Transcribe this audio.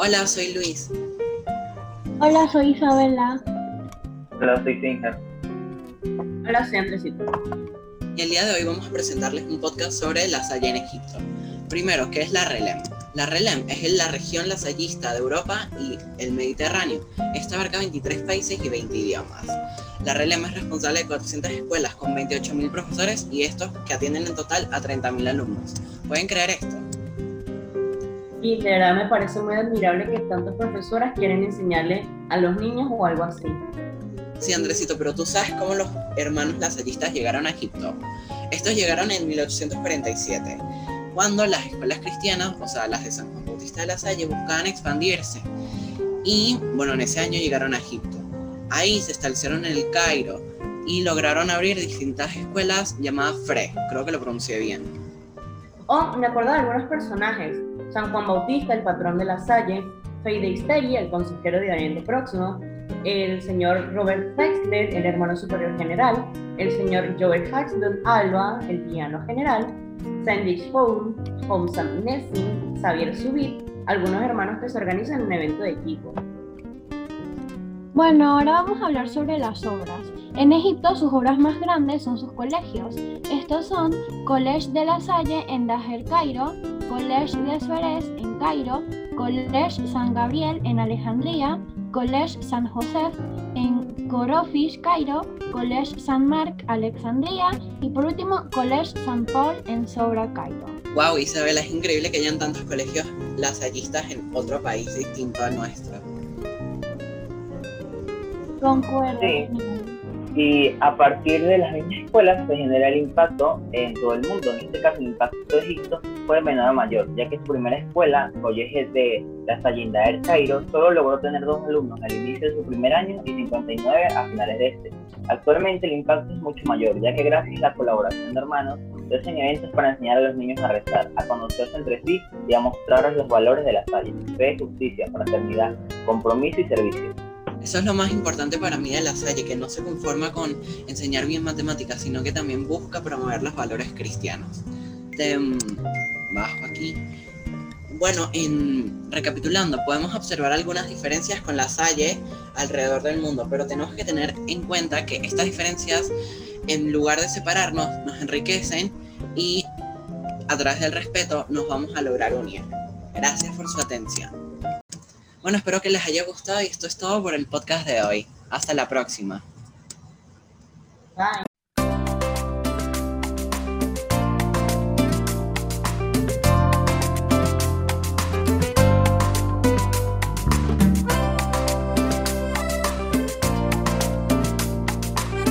Hola, soy Luis. Hola, soy Isabela. Hola, soy Singer. Hola, soy Andresito. Y el día de hoy vamos a presentarles un podcast sobre la Salle en Egipto. Primero, ¿qué es la RELEM? La RELEM es la región lasallista de Europa y el Mediterráneo. Esta abarca 23 países y 20 idiomas. La RELEM es responsable de 400 escuelas con 28.000 profesores y estos que atienden en total a 30.000 alumnos. ¿Pueden creer esto? Y de verdad me parece muy admirable que tantas profesoras quieren enseñarle a los niños o algo así. Sí, Andresito, pero tú sabes cómo los hermanos lasallistas llegaron a Egipto. Estos llegaron en 1847, cuando las escuelas cristianas, o sea, las de San Juan Bautista de la Salle, buscaban expandirse. Y, bueno, en ese año llegaron a Egipto. Ahí se establecieron en el Cairo y lograron abrir distintas escuelas llamadas FRE, creo que lo pronuncié bien. Oh, me acuerdo de algunos personajes. San Juan Bautista, el patrón de la Salle, Fey de Isteri, el consejero de Oriente Próximo, el señor Robert Fexler, el hermano superior general, el señor Joel Haxton Alba, el piano general, Sandy Fowl, Homsam Nessin, Xavier Subit, algunos hermanos que se organizan en un evento de equipo. Bueno, ahora vamos a hablar sobre las obras. En Egipto, sus obras más grandes son sus colegios. Estos son Collège de la Salle en Daher, Cairo, Collège des Frères en Cairo, Collège San Gabriel en Alejandría, Collège San Joseph en Corofish, Cairo, Collège San Marc, Alexandría y por último Collège San Paul en Sobra, Cairo. Wow, Isabela, es increíble que hayan tantos colegios lasallistas en otro país distinto al nuestro. Concuerdo. Sí. Y a partir de las mismas escuelas se genera el impacto en todo el mundo. En este caso, el impacto de Egipto fue de menor a mayor, ya que su primera escuela, Collège de la Salle en Daher, Cairo, solo logró tener 2 alumnos al inicio de su primer año y 59 a finales de este. Actualmente el impacto es mucho mayor, ya que gracias a la colaboración de hermanos, se hacen eventos para enseñar a los niños a rezar, a conocerse entre sí y a mostrarles los valores de la Salle: fe, justicia, fraternidad, compromiso y servicio. Eso es lo más importante para mí de la Salle, que no se conforma con enseñar bien matemáticas, sino que también busca promover los valores cristianos. Bajo aquí. Bueno, recapitulando, podemos observar algunas diferencias con la Salle alrededor del mundo, pero tenemos que tener en cuenta que estas diferencias, en lugar de separarnos, nos enriquecen y a través del respeto nos vamos a lograr unir. Gracias por su atención. Bueno, espero que les haya gustado y esto es todo por el podcast de hoy. Hasta la próxima. Bye.